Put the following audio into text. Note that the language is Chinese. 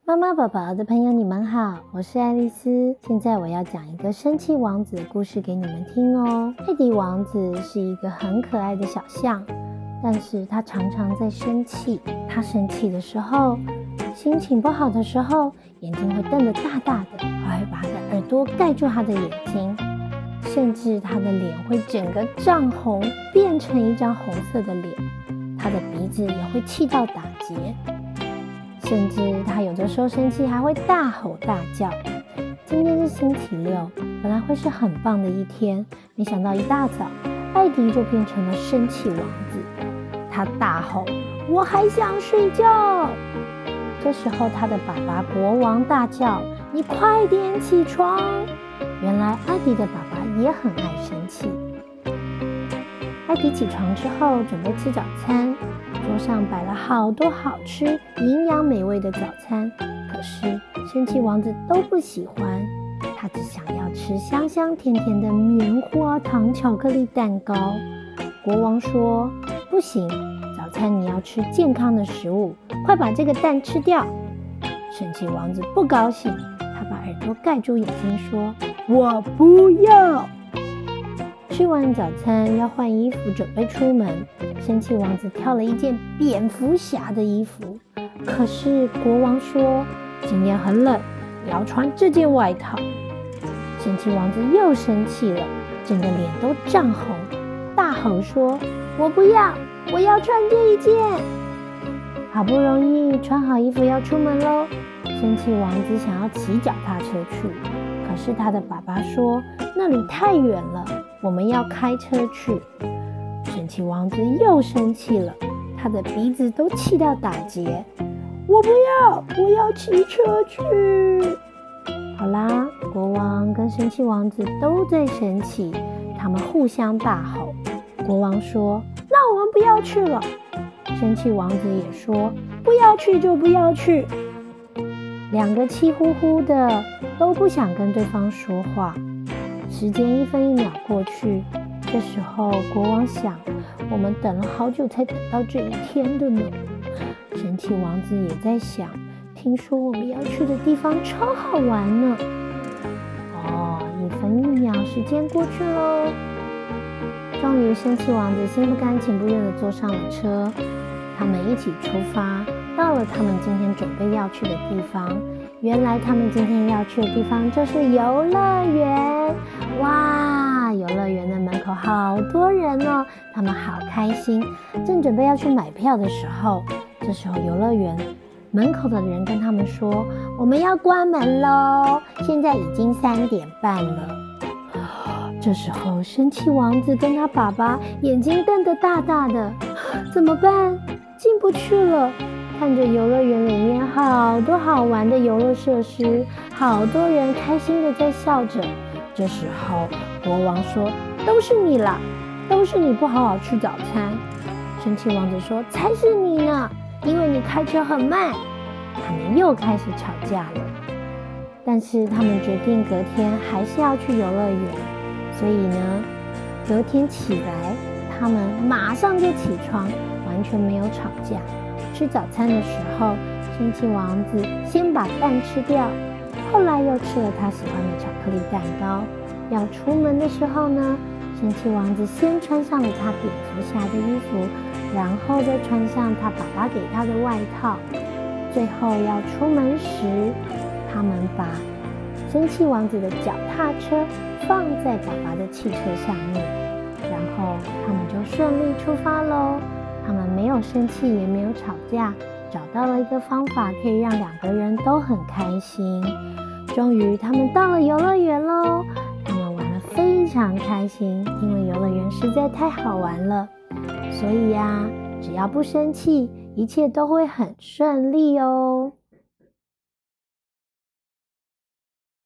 妈妈宝宝的朋友你们好，我是爱丽丝。现在我要讲一个生气王子的故事给你们听哦。艾迪王子是一个很可爱的小象，但是他常常在生气。他生气的时候，心情不好的时候，眼睛会瞪得大大的，还会把他的耳朵盖住他的眼睛，甚至他的脸会整个涨红，变成一张红色的脸。他的鼻子也会气到打结，甚至他有的时候生气还会大吼大叫。今天是星期六，本来会是很棒的一天，没想到一大早，艾迪就变成了生气王子。他大吼：我还想睡觉。这时候他的爸爸国王大叫：你快点起床。原来艾迪的爸爸也很爱生气。艾迪起床之后准备吃早餐，桌上摆了好多好吃营养美味的早餐，可是生气王子都不喜欢，他只想要吃香香甜甜的棉花糖巧克力蛋糕。国王说：不行，早餐你要吃健康的食物，快把这个蛋吃掉。生气王子不高兴，他把耳朵盖住眼睛说：我不要。吃完早餐要换衣服准备出门，生气王子挑了一件蝙蝠侠的衣服，可是国王说今天很冷，你要穿这件外套。生气王子又生气了，整个脸都涨红，大吼说：我不要，我要穿这一件。好不容易穿好衣服要出门咯，生气王子想要骑脚踏车去，可是他的爸爸说那里太远了，我们要开车去。生气王子又生气了，他的鼻子都气到打结。我不要，我要骑车去。好啦，国王跟生气王子都在生气，他们互相大吼。国王说：那我们不要去了。生气王子也说：不要去就不要去。两个气呼呼的，都不想跟对方说话。时间一分一秒过去，这时候国王想，我们等了好久才等到这一天的呢。生气王子也在想，听说我们要去的地方超好玩呢。一分一秒时间过去咯，终于生气王子心不甘情不愿地坐上了车，他们一起出发，到了他们今天准备要去的地方。原来他们今天要去的地方就是游乐园。哇，游乐园的门口好多人哦，他们好开心。正准备要去买票的时候，这时候游乐园门口的人跟他们说，我们要关门咯，现在已经3点半了。这时候生气王子跟他爸爸眼睛瞪得大大的，怎么办？进不去了。看着游乐园里面好多好玩的游乐设施，好多人开心的在笑着。这时候国王说：都是你啦，都是你不好好吃早餐。生气王子说：才是你呢，因为你开车很慢。他们又开始吵架了，但是他们决定隔天还是要去游乐园，所以呢，隔天起来他们马上就起床，完全没有吵架。吃早餐的时候，生气王子先把蛋吃掉，后来又吃了他喜欢的巧克力蛋糕。要出门的时候呢，生气王子先穿上了他蝙蝠侠的衣服，然后再穿上他爸爸给他的外套。最后要出门时，他们把生气王子的脚踏车放在爸爸的汽车上面，然后他们就顺利出发咯。他们没有生气，也没有吵架，找到了一个方法可以让两个人都很开心。终于他们到了游乐园咯，他们玩得非常开心，因为游乐园实在太好玩了。所以只要不生气，一切都会很顺利哦。